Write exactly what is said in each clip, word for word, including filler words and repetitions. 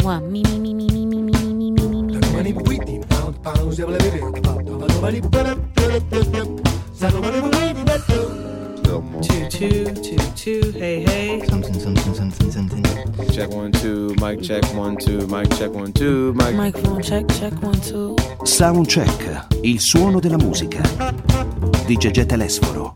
One, me, me, me, me, me, me, me, me, me, me, me. Two, two, two, two, hey, hey. Something, something, something, something. Check one, two, mic check one, two, mic check one, two, mic. Microphone check, check one, two. Soundcheck, il suono della musica di Gegè Telesforo.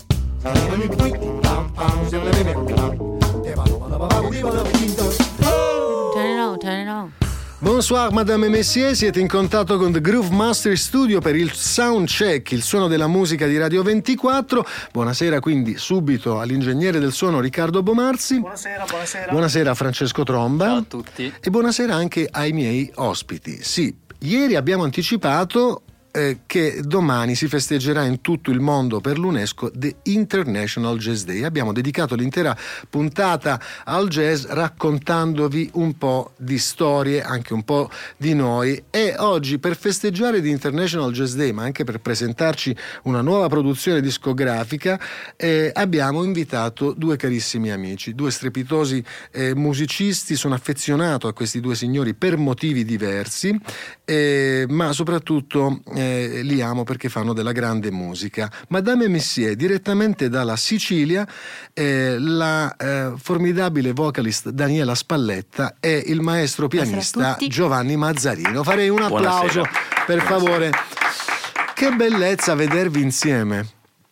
Turn it on, turn it on. Bonsoir Madame et Messieurs, siete in contatto con The Groove Master Studio per il Soundcheck, il suono della musica di Radio ventiquattro. Buonasera quindi subito all'ingegnere del suono Riccardo Bomarzi. Buonasera, buonasera. Buonasera a Francesco Tromba. Ciao a tutti. E buonasera anche ai miei ospiti. Sì, ieri abbiamo anticipato eh, che domani si festeggerà in tutto il mondo per l'UNESCO The International Jazz Day. Abbiamo dedicato l'intera puntata al jazz raccontandovi un po' di storie, anche un po' di noi, e oggi per festeggiare The International Jazz Day, ma anche per presentarci una nuova produzione discografica, eh, abbiamo invitato due carissimi amici, due strepitosi eh, musicisti. Sono affezionato a questi due signori per motivi diversi, eh, ma soprattutto eh, li amo perché fanno della grande musica. Madame et Messieurs, direttamente dalla Sicilia, eh, la eh, formidabile vocalist Daniela Spalletta e il maestro pianista Giovanni Mazzarino. Farei un applauso, Buonasera. per Buonasera. favore. Che bellezza vedervi insieme.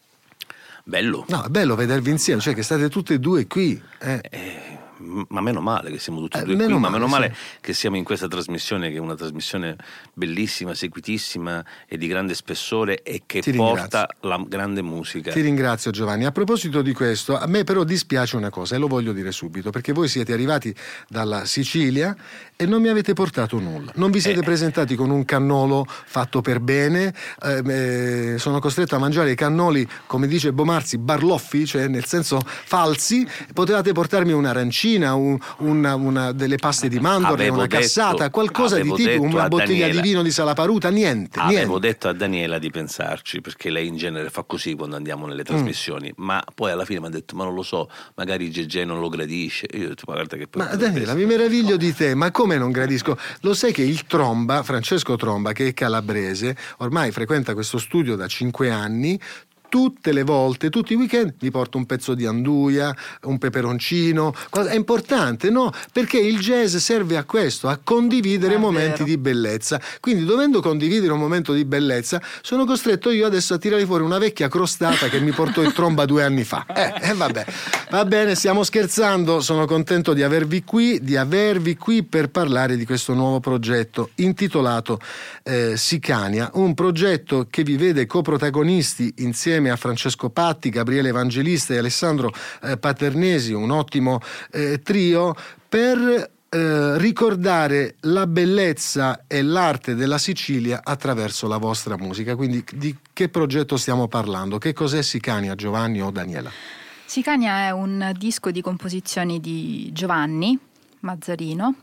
Bello. No, è bello vedervi insieme, cioè che state tutte e due qui. Eh. Eh, ma meno male che siamo tutti e Eh, due meno qui, male, ma meno male sì. che siamo in questa trasmissione, che è una trasmissione bellissima, seguitissima e di grande spessore e che Ti porta la grande musica. Ti ringrazio Giovanni. A proposito di questo, a me però dispiace una cosa e lo voglio dire subito, perché voi siete arrivati dalla Sicilia e non mi avete portato nulla. Non vi siete Eh. presentati con un cannolo fatto per bene. Eh, eh, sono costretto a mangiare i cannoli, come dice Bomarzi, barloffi, cioè nel senso falsi. Potevate portarmi un'arancina, un, una, una delle paste di mandorle, Avevo una detto- cassata, qualcosa di avevo tipo, detto una a bottiglia Daniela- di vino di Salaparuta, niente. Avevo niente. detto a Daniela di pensarci, perché lei in genere fa così quando andiamo nelle trasmissioni, ma poi alla fine mi ha detto ma non lo so, magari Gegè non lo gradisce. Io ho detto ma guarda che poi Ma Daniela, mi meraviglio di te, ma come non gradisco? Lo sai che il Tromba, Francesco Tromba, che è calabrese, ormai frequenta questo studio da cinque anni. Tutte le volte, tutti i weekend mi porto un pezzo di anduia, un peperoncino. È importante, no? Perché il jazz serve a questo, a condividere È momenti vero. di bellezza. Quindi, dovendo condividere un momento di bellezza, sono costretto io adesso a tirare fuori una vecchia crostata che mi portò il Tromba due anni fa. Eh, eh, vabbè. Va bene, stiamo scherzando. Sono contento di avervi qui, di avervi qui per parlare di questo nuovo progetto intitolato eh, Sicania, un progetto che vi vede coprotagonisti insieme a Francesco Patti, Gabriele Evangelista e Alessandro eh, Paternesi, un ottimo eh, trio per eh, ricordare la bellezza e l'arte della Sicilia attraverso la vostra musica. Quindi di che progetto stiamo parlando? Che cos'è Sicania, Giovanni o Daniela? Sicania è un disco di composizioni di Giovanni Mazzarino,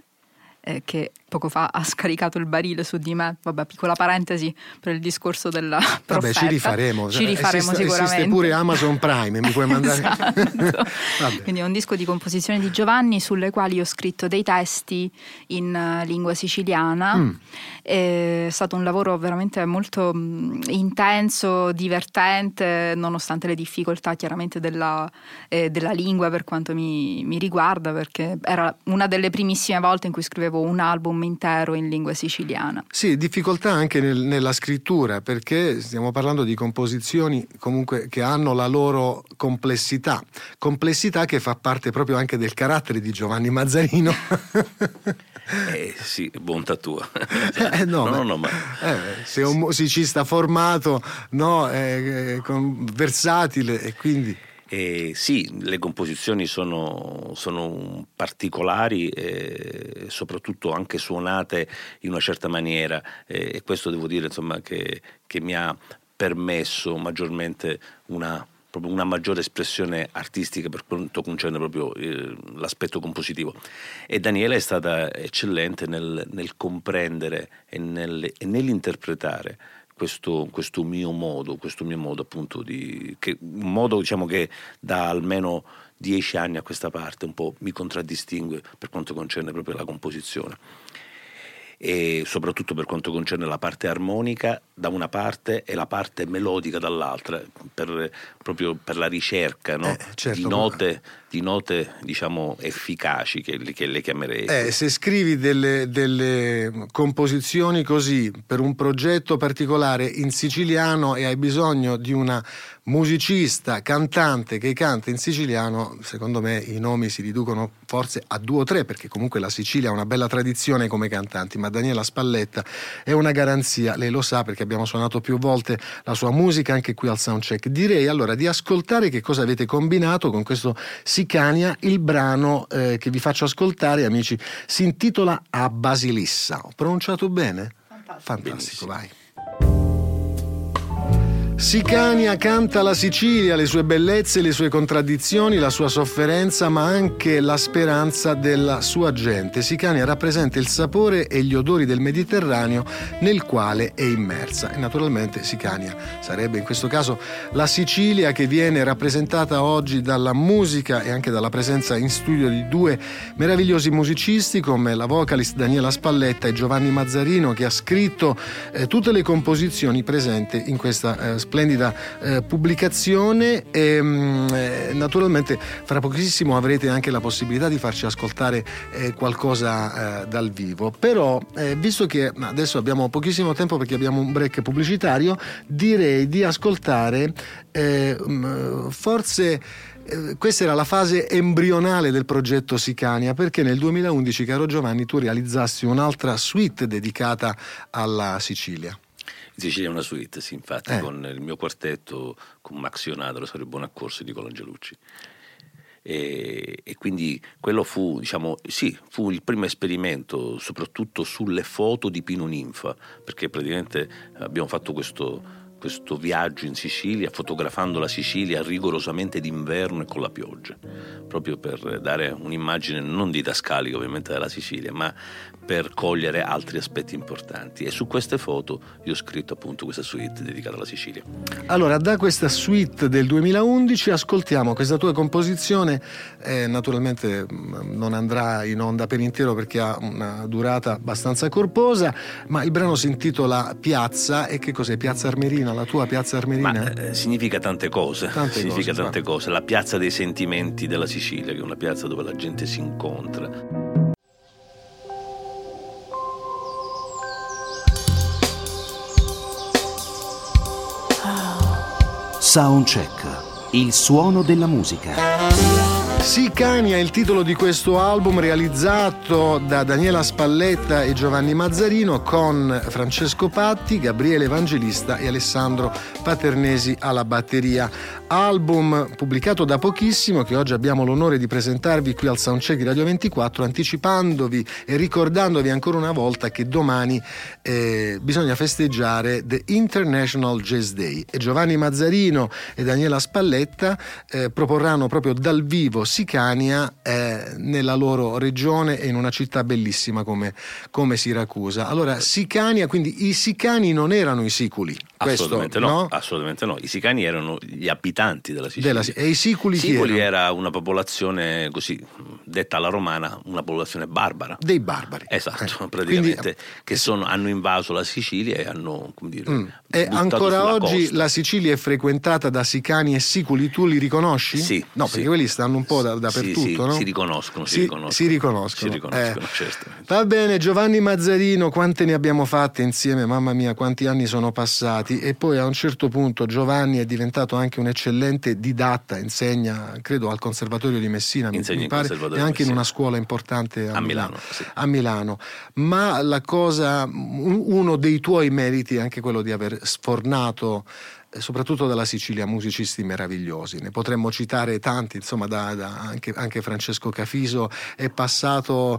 eh, che poco fa ha scaricato il barile su di me. Vabbè, piccola parentesi per il discorso della proffetta. Vabbè, ci rifaremo. Ci rifaremo esiste, sicuramente. Esiste pure Amazon Prime, mi puoi mandare. Esatto. Vabbè. Quindi è un disco di composizioni di Giovanni sulle quali ho scritto dei testi in uh, lingua siciliana. Mm. È stato un lavoro veramente molto mh, intenso, divertente, nonostante le difficoltà chiaramente della, eh, della lingua per quanto mi, mi riguarda, perché era una delle primissime volte in cui scrivevo un album intero in lingua siciliana. Sì, difficoltà anche nel, nella scrittura, perché stiamo parlando di composizioni comunque che hanno la loro complessità, complessità che fa parte proprio anche del carattere di Giovanni Mazzarino. Eh sì, bontà tua. Eh, no, no, ma, no, no, ma eh, sei un musicista formato, no, eh, eh, con, versatile e quindi... Eh, sì, le composizioni sono, sono particolari e soprattutto anche suonate in una certa maniera, eh, e questo devo dire insomma che, che mi ha permesso maggiormente una, proprio una maggiore espressione artistica per quanto concerne proprio eh, l'aspetto compositivo. E Daniela è stata eccellente nel, nel comprendere e, nel, e nell'interpretare questo, questo mio modo, questo mio modo appunto di, che, un modo diciamo che da almeno dieci anni a questa parte un po' mi contraddistingue per quanto concerne proprio la composizione, e soprattutto per quanto concerne la parte armonica da una parte e la parte melodica dall'altra, per, proprio per la ricerca, no? eh, certo, di note, di note diciamo efficaci che, che le chiamerei. Eh, se scrivi delle, delle composizioni così per un progetto particolare in siciliano e hai bisogno di una musicista, cantante che canta in siciliano, secondo me i nomi si riducono forse a due o tre, perché comunque la Sicilia ha una bella tradizione come cantanti, ma Daniela Spalletta è una garanzia, lei lo sa perché abbiamo suonato più volte la sua musica anche qui al Soundcheck. Direi allora di ascoltare che cosa avete combinato con questo Sicania. Il brano eh, che vi faccio ascoltare, amici, si intitola A Basilissa. Ho pronunciato bene? Fantastico, Fantastico, vai. Sicania canta la Sicilia, le sue bellezze, le sue contraddizioni, la sua sofferenza, ma anche la speranza della sua gente. Sicania rappresenta il sapore e gli odori del Mediterraneo nel quale è immersa. E naturalmente Sicania sarebbe in questo caso la Sicilia, che viene rappresentata oggi dalla musica e anche dalla presenza in studio di due meravigliosi musicisti come la vocalist Daniela Spalletta e Giovanni Mazzarino, che ha scritto eh, tutte le composizioni presenti in questa eh, splendida eh, pubblicazione. E mh, eh, naturalmente fra pochissimo avrete anche la possibilità di farci ascoltare eh, qualcosa eh, dal vivo, però eh, visto che adesso abbiamo pochissimo tempo perché abbiamo un break pubblicitario, direi di ascoltare eh, mh, forse eh, questa era la fase embrionale del progetto Sicania, perché nel duemilaundici, caro Giovanni, tu realizzasti un'altra suite dedicata alla Sicilia. In Sicilia è una suite, sì, infatti, eh. con il mio quartetto, con Max Ionata, Rosario Bonaccorso e Nicola Angelucci. E, e quindi quello fu, diciamo, sì, fu il primo esperimento, soprattutto sulle foto di Pino Ninfa, perché praticamente abbiamo fatto questo, questo viaggio in Sicilia, fotografando la Sicilia rigorosamente d'inverno e con la pioggia, proprio per dare un'immagine non didascalica ovviamente della Sicilia, ma per cogliere altri aspetti importanti. E su queste foto io ho scritto appunto questa suite dedicata alla Sicilia. Allora, da questa suite del duemilaundici ascoltiamo questa tua composizione, eh, naturalmente non andrà in onda per intero perché ha una durata abbastanza corposa, ma il brano si intitola Piazza. E che cos'è? Piazza Armerina, la tua Piazza Armerina? Ma eh, significa tante cose, tante significa cose, tante ma... cose. La piazza dei sentimenti della Sicilia, che è una piazza dove la gente si incontra. Soundcheck, il suono della musica. Sicania è il titolo di questo album realizzato da Daniela Spalletta e Giovanni Mazzarino, con Francesco Patti, Gabriele Evangelista e Alessandro Paternesi alla batteria. Album pubblicato da pochissimo, che oggi abbiamo l'onore di presentarvi qui al Soundcheck di Radio ventiquattro, anticipandovi e ricordandovi ancora una volta che domani eh, bisogna festeggiare The International Jazz Day, e Giovanni Mazzarino e Daniela Spalletta eh, proporranno proprio dal vivo Sicania eh, nella loro regione e in una città bellissima come, come Siracusa. Allora, Sicania, quindi i sicani non erano i siculi. Assolutamente questo, no, no, assolutamente no. I sicani erano gli abitanti della Sicilia. Della, e i siculi, siculi era una popolazione così, detta alla romana, una popolazione barbara. Dei barbari. Esatto, eh. praticamente, Quindi, che sono, hanno invaso la Sicilia e hanno, come dire, mm. E ancora oggi costa. La Sicilia è frequentata da sicani e siculi, tu li riconosci? Sì. No, sì. perché quelli stanno un po' da, dappertutto, sì, sì, no? Si riconoscono, si, si riconoscono. Si riconoscono. Si riconoscono, eh. certamente. Va bene, Giovanni Mazzarino, quante ne abbiamo fatte insieme, mamma mia, quanti anni sono passati. E poi a un certo punto Giovanni è diventato anche un eccellente didatta, insegna, credo, al Conservatorio di Messina, mi, mi pare, e anche in una scuola importante a, a Milano. Milano, sì. A Milano. Ma la cosa, uno dei tuoi meriti è anche quello di aver sfornato soprattutto dalla Sicilia, musicisti meravigliosi. Ne potremmo citare tanti, insomma, da, da anche, anche Francesco Cafiso è passato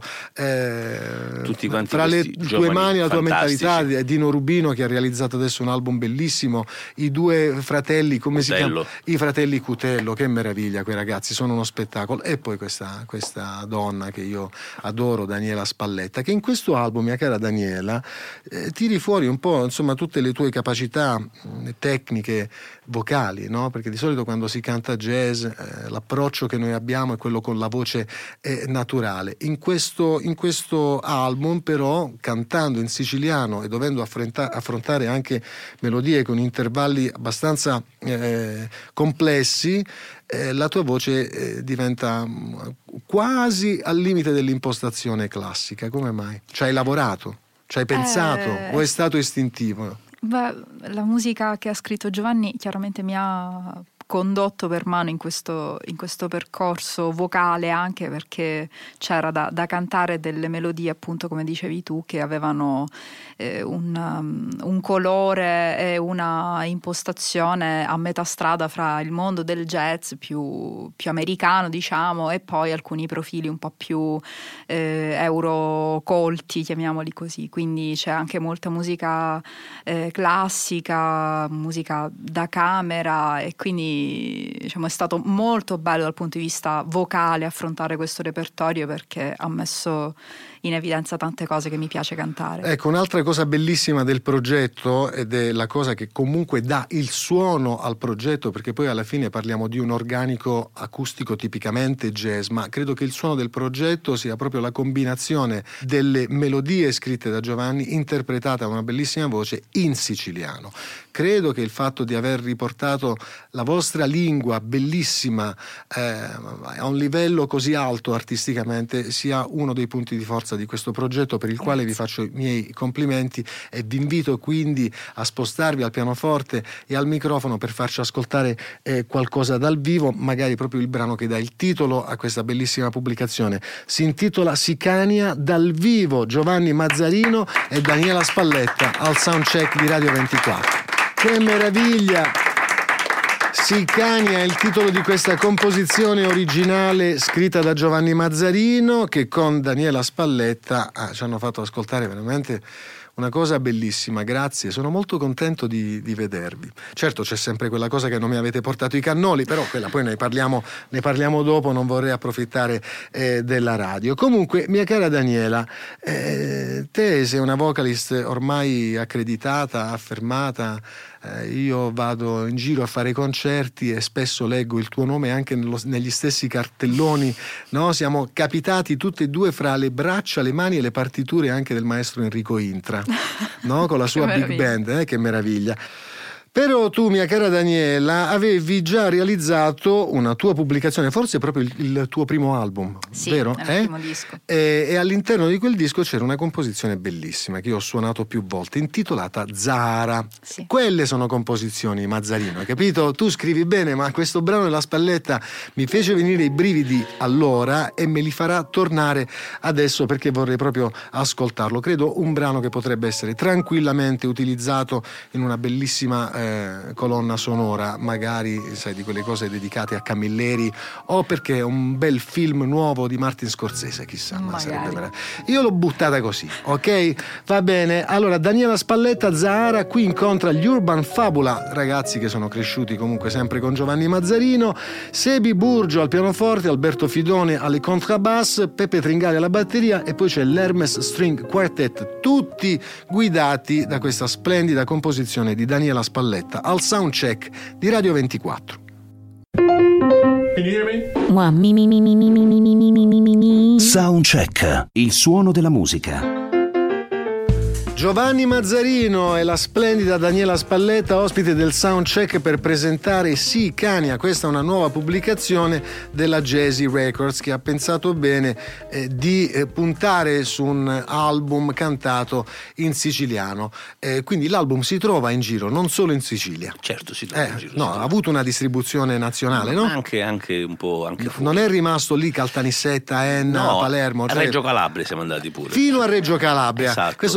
eh, tutti quanti fra le tue mani, la tua fantastici. mentalità. Dino Rubino, che ha realizzato adesso un album bellissimo, i due fratelli, come Cutello. si chiamano? I fratelli Cutello, che meraviglia, quei ragazzi, sono uno spettacolo. E poi questa, questa donna che io adoro, Daniela Spalletta, che in questo album, mia cara Daniela, eh, tiri fuori un po', insomma, tutte le tue capacità mh, tecniche vocali, no? Perché di solito quando si canta jazz eh, l'approccio che noi abbiamo è quello con la voce eh, naturale. In questo, in questo album però, cantando in siciliano e dovendo affronta- affrontare anche melodie con intervalli abbastanza eh, complessi, eh, la tua voce eh, diventa mh, quasi al limite dell'impostazione classica. Come mai? Ci hai lavorato? Ci hai pensato? Eh, O è stato istintivo? Beh, la musica che ha scritto Giovanni chiaramente mi ha condotto per mano in questo, in questo percorso vocale, anche perché c'era da, da cantare delle melodie, appunto come dicevi tu, che avevano eh, un, um, un colore e una impostazione a metà strada fra il mondo del jazz più, più americano, diciamo, e poi alcuni profili un po' più eh, eurocolti, chiamiamoli così. Quindi c'è anche molta musica eh, classica, musica da camera, e quindi diciamo è stato molto bello dal punto di vista vocale affrontare questo repertorio, perché ha messo in evidenza tante cose che mi piace cantare. Ecco, un'altra cosa bellissima del progetto, ed è la cosa che comunque dà il suono al progetto, perché poi alla fine parliamo di un organico acustico tipicamente jazz, ma credo che il suono del progetto sia proprio la combinazione delle melodie scritte da Giovanni, interpretate a una bellissima voce in siciliano. Credo che il fatto di aver riportato la vostra lingua bellissima eh, a un livello così alto artisticamente sia uno dei punti di forza di questo progetto, per il quale vi faccio i miei complimenti, e vi invito quindi a spostarvi al pianoforte e al microfono per farci ascoltare eh, qualcosa dal vivo, magari proprio il brano che dà il titolo a questa bellissima pubblicazione. Si intitola Sicania dal vivo, Giovanni Mazzarino e Daniela Spalletta al soundcheck di Radio ventiquattro. Che meraviglia! Sicania è il titolo di questa composizione originale scritta da Giovanni Mazzarino, che con Daniela Spalletta ah, ci hanno fatto ascoltare veramente una cosa bellissima. Grazie, sono molto contento di, di vedervi. Certo, c'è sempre quella cosa che non mi avete portato i cannoli, però quella poi ne parliamo, ne parliamo dopo, non vorrei approfittare eh, della radio. Comunque, mia cara Daniela, eh, te sei una vocalist ormai accreditata, affermata. Eh, io vado in giro a fare concerti e spesso leggo il tuo nome anche nello, negli stessi cartelloni, no? Siamo capitati tutti e due fra le braccia, le mani e le partiture anche del maestro Enrico Intra, no? Con la sua big band, eh? Che meraviglia. Però tu, mia cara Daniela, avevi già realizzato una tua pubblicazione, forse proprio il, il tuo primo album, sì, vero? È il eh? primo disco. E, e all'interno di quel disco c'era una composizione bellissima che io ho suonato più volte, intitolata Zahara. Sì. Quelle sono composizioni, Mazzarino, hai capito? Tu scrivi bene, ma questo brano della Spalletta mi fece venire i brividi allora e me li farà tornare adesso, perché vorrei proprio ascoltarlo. Credo un brano che potrebbe essere tranquillamente utilizzato in una bellissima eh, colonna sonora, magari sai, di quelle cose dedicate a Camilleri, o perché è un bel film nuovo di Martin Scorsese, chissà, ma sarebbe vera. Io l'ho buttata così, ok? Va bene. Allora, Daniela Spalletta, Zahara, qui incontra gli Urban Fabula, ragazzi che sono cresciuti comunque sempre con Giovanni Mazzarino, Sebi Burgio al pianoforte, Alberto Fidone alle contrabass, Peppe Tringali alla batteria, e poi c'è l'Hermes String Quartet, tutti guidati da questa splendida composizione di Daniela Spalletta al soundcheck di Radio ventiquattro. Mua, mi, mi, mi, mi, mi, mi, mi, mi, mi, mi, mi, mi. Soundcheck, il suono della musica. Giovanni Mazzarino e la splendida Daniela Spalletta, ospite del Soundcheck per presentare Sicania. Questa è una nuova pubblicazione della Jazzy Records, che ha pensato bene eh, di eh, puntare su un album cantato in siciliano. Eh, quindi l'album si trova in giro, non solo in Sicilia. Certo, si trova Eh, in giro. no, ha avuto una distribuzione nazionale, no? Anche, anche un po' anche fuori. Non è rimasto lì Caltanissetta, Enna, No, Palermo. a Cioè, Reggio Calabria siamo andati pure. fino a Reggio Calabria. Esatto. Questo come ti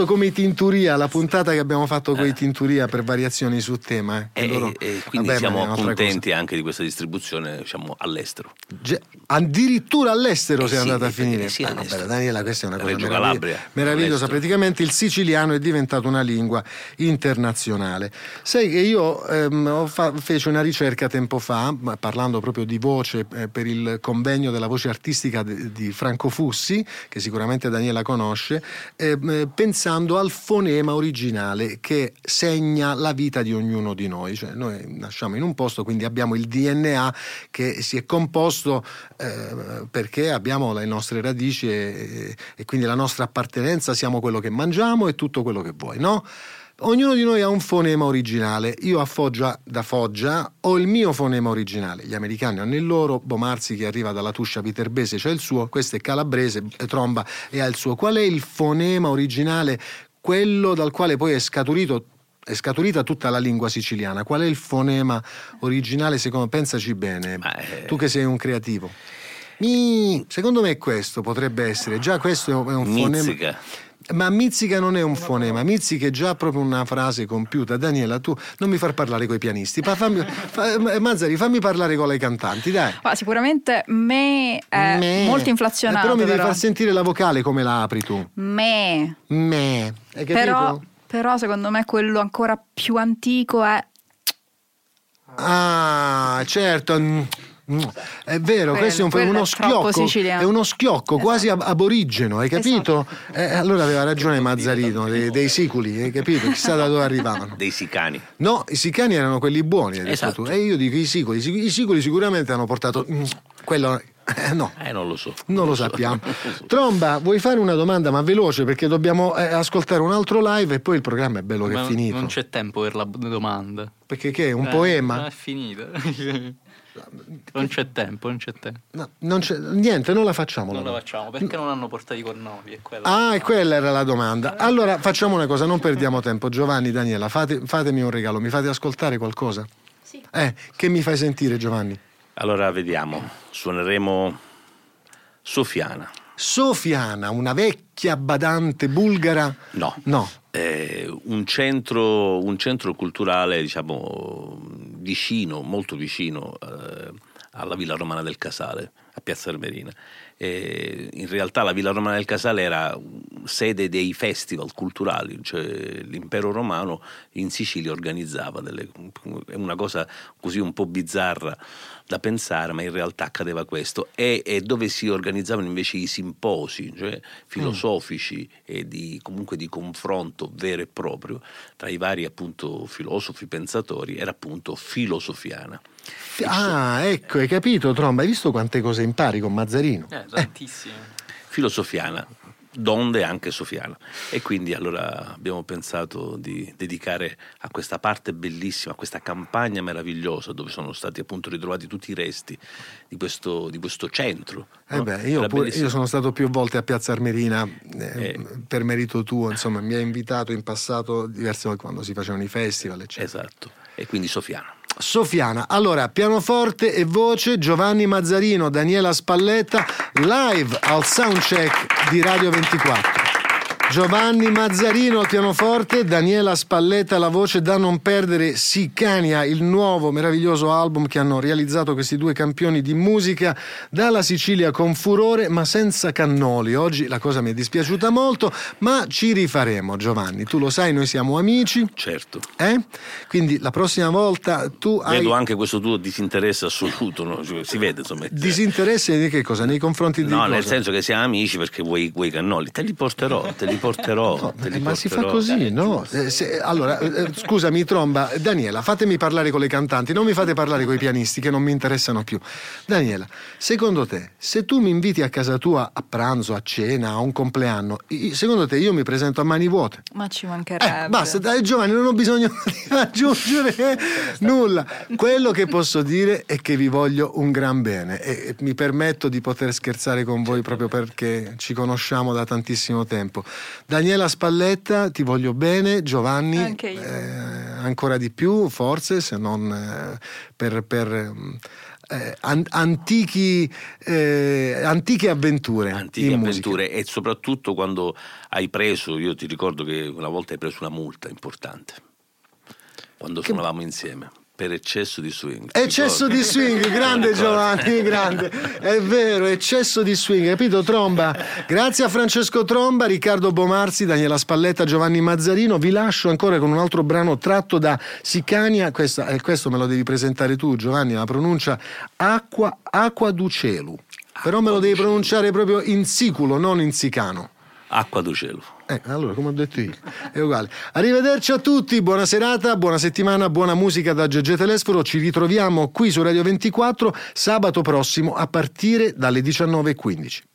Tinturia, la puntata che abbiamo fatto con i Tinturia per variazioni su tema. Eh. E, loro, e quindi vabbè, siamo contenti anche di questa distribuzione, diciamo, all'estero. Ge- addirittura all'estero Eh sei sì, andata a eh, finire. sì, Ah, all'estero. vabbè, Daniela, questa è una cosa Reggio meravigli- Calabria, meravigliosa. all'estero. Praticamente il siciliano è diventato una lingua internazionale. Sai che io ehm, ho fa- feci una ricerca tempo fa, ma parlando proprio di voce eh, per il convegno della voce artistica de- di Franco Fussi, che sicuramente Daniela conosce, ehm, pensando al fonema originale che segna la vita di ognuno di noi. Cioè, noi nasciamo in un posto, quindi abbiamo il D N A che si è composto eh, perché abbiamo le nostre radici e, e quindi la nostra appartenenza, siamo quello che mangiamo e tutto quello che vuoi, no? Ognuno di noi ha un fonema originale. Io a Foggia, da Foggia, ho il mio fonema originale. Gli americani hanno il loro, Bomarzi che arriva dalla Tuscia viterbese c'è il suo, questo è calabrese, Tromba e ha il suo. Qual è il fonema originale, quello dal quale poi è scaturito è scaturita tutta la lingua siciliana? Qual è il fonema originale, secondo me? Pensaci bene, è... tu che sei un creativo. Mi, secondo me questo potrebbe essere, già questo è un fonema. Mizzica. Ma mizzica non è un fonema, mizzica è già proprio una frase compiuta. Daniela, tu non mi far parlare coi pianisti, fa, fammi, fa, Mazzari, fammi parlare con le cantanti, dai. Ma sicuramente me è Me. molto inflazionato. Eh, però mi devi però. far sentire la vocale come la apri tu. Me. Me. Hai capito? Però, però secondo me quello ancora più antico è Ah, certo. Mm, mm. È vero, Quello- questo è un, quello uno è troppo schiocco, siciliano. è uno schiocco quasi ab- aborigeno, hai capito? Eh, allora aveva ragione Mazzarino, dei, dei siculi, hai capito? Chissà da dove arrivavano. Dei sicani. No, i sicani erano quelli buoni, hai detto Esatto. tu. E io dico i siculi, i siculi- i siculi sicuramente hanno portato mm, quello. Eh, no. Eh, non lo so. Non lo so. sappiamo. Tromba, vuoi fare una domanda ma veloce perché dobbiamo eh, ascoltare un altro live e poi il programma è bello che Ma è finito. non c'è tempo per la b- domanda. Perché che è un Eh, poema? È finita. Non c'è tempo, non c'è tempo. No, non c'è niente, non la facciamo. Non la la domanda. facciamo perché non hanno portato i cornovi. È quella. Ah, e quella era la domanda. Allora facciamo una cosa, non perdiamo tempo. Giovanni, Daniela, fate- fatemi un regalo, mi fate ascoltare qualcosa? Sì. Eh, che mi fai sentire, Giovanni? Allora vediamo, suoneremo Sofiana. Sofiana, una vecchia badante bulgara? No. No. Eh, un centro, un centro culturale, diciamo, vicino, molto vicino eh, alla Villa Romana del Casale, a Piazza Armerina. Eh, in realtà la Villa Romana del Casale era sede dei festival culturali, cioè l'impero romano in Sicilia organizzava delle, è una cosa così un po' bizzarra da pensare, ma in realtà accadeva questo, e, e dove si organizzavano invece i simposi, cioè filosofici mm. e di, comunque di confronto vero e proprio tra i vari appunto filosofi, pensatori, era appunto Filosofiana. Ah, ecco, hai capito, Tromba, hai visto quante cose impari con Mazzarino? Eh, tantissime. Filosofiana, donde anche Sofiana, e quindi allora abbiamo pensato di dedicare a questa parte bellissima, a questa campagna meravigliosa dove sono stati appunto ritrovati tutti i resti di questo, di questo centro. Eh no? beh, io, Era pure, bellissimo. io sono stato più volte a Piazza Armerina eh, Eh. per merito tuo, insomma, mi hai invitato in passato diverse volte quando si facevano i festival, eccetera. Esatto, e quindi Sofiana. Sofiana, allora pianoforte e voce Giovanni Mazzarino, Daniela Spalletta, live al soundcheck di Radio ventiquattro. Giovanni Mazzarino al pianoforte, Daniela Spalletta alla voce, da non perdere Sicania, il nuovo meraviglioso album che hanno realizzato questi due campioni di musica dalla Sicilia con furore ma senza cannoli. Oggi la cosa mi è dispiaciuta molto, ma ci rifaremo, Giovanni, tu lo sai, noi siamo amici. Certo. Eh? Quindi la prossima volta tu hai Vedo anche questo tuo disinteresse assoluto, no? Cioè, si vede insomma. disinteresse di che cosa? Nei confronti di No, cosa? nel senso che siamo amici perché vuoi, vuoi cannoli, te li porterò, te li porterò. No, te li eh, ma si fa porterò. così, no? Eh, se- allora, eh, scusami Tromba, Daniela, fatemi parlare con le cantanti, non mi fate parlare con i pianisti che non mi interessano più. Daniela, secondo te, se tu mi inviti a casa tua a pranzo, a cena, a un compleanno, i- secondo te io mi presento a mani vuote? Ma ci mancherebbe. Eh, basta, dai Giovanni, non ho bisogno di aggiungere nulla. Quello che posso dire è che vi voglio un gran bene e e mi permetto di poter scherzare con voi proprio perché ci conosciamo da tantissimo tempo. Daniela Spalletta, ti voglio bene, Giovanni Anche io. eh, ancora di più, forse, se non eh, per, per, mm, eh, an- antichi, eh, antiche avventure. Antiche in avventure musica. e soprattutto quando hai preso, io ti ricordo che una volta hai preso una multa importante, quando suonavamo insieme. Per eccesso di swing. Eccesso di swing, grande Giovanni, grande, è vero, eccesso di swing, capito Tromba? Grazie a Francesco Tromba, Riccardo Bomarzi, Daniela Spalletta, Giovanni Mazzarino. Vi lascio ancora con un altro brano tratto da Sicania, questa, eh, questo me lo devi presentare tu Giovanni, la pronuncia Acqua, Acqua du Cielo, però me lo devi pronunciare proprio in siculo, non in sicano. Acqua du Cielo. Eh, allora, come ho detto io, è uguale. Arrivederci a tutti, buona serata, buona settimana, buona musica da Gegè Telesforo. Ci ritroviamo qui su Radio ventiquattro sabato prossimo a partire dalle diciannove e quindici.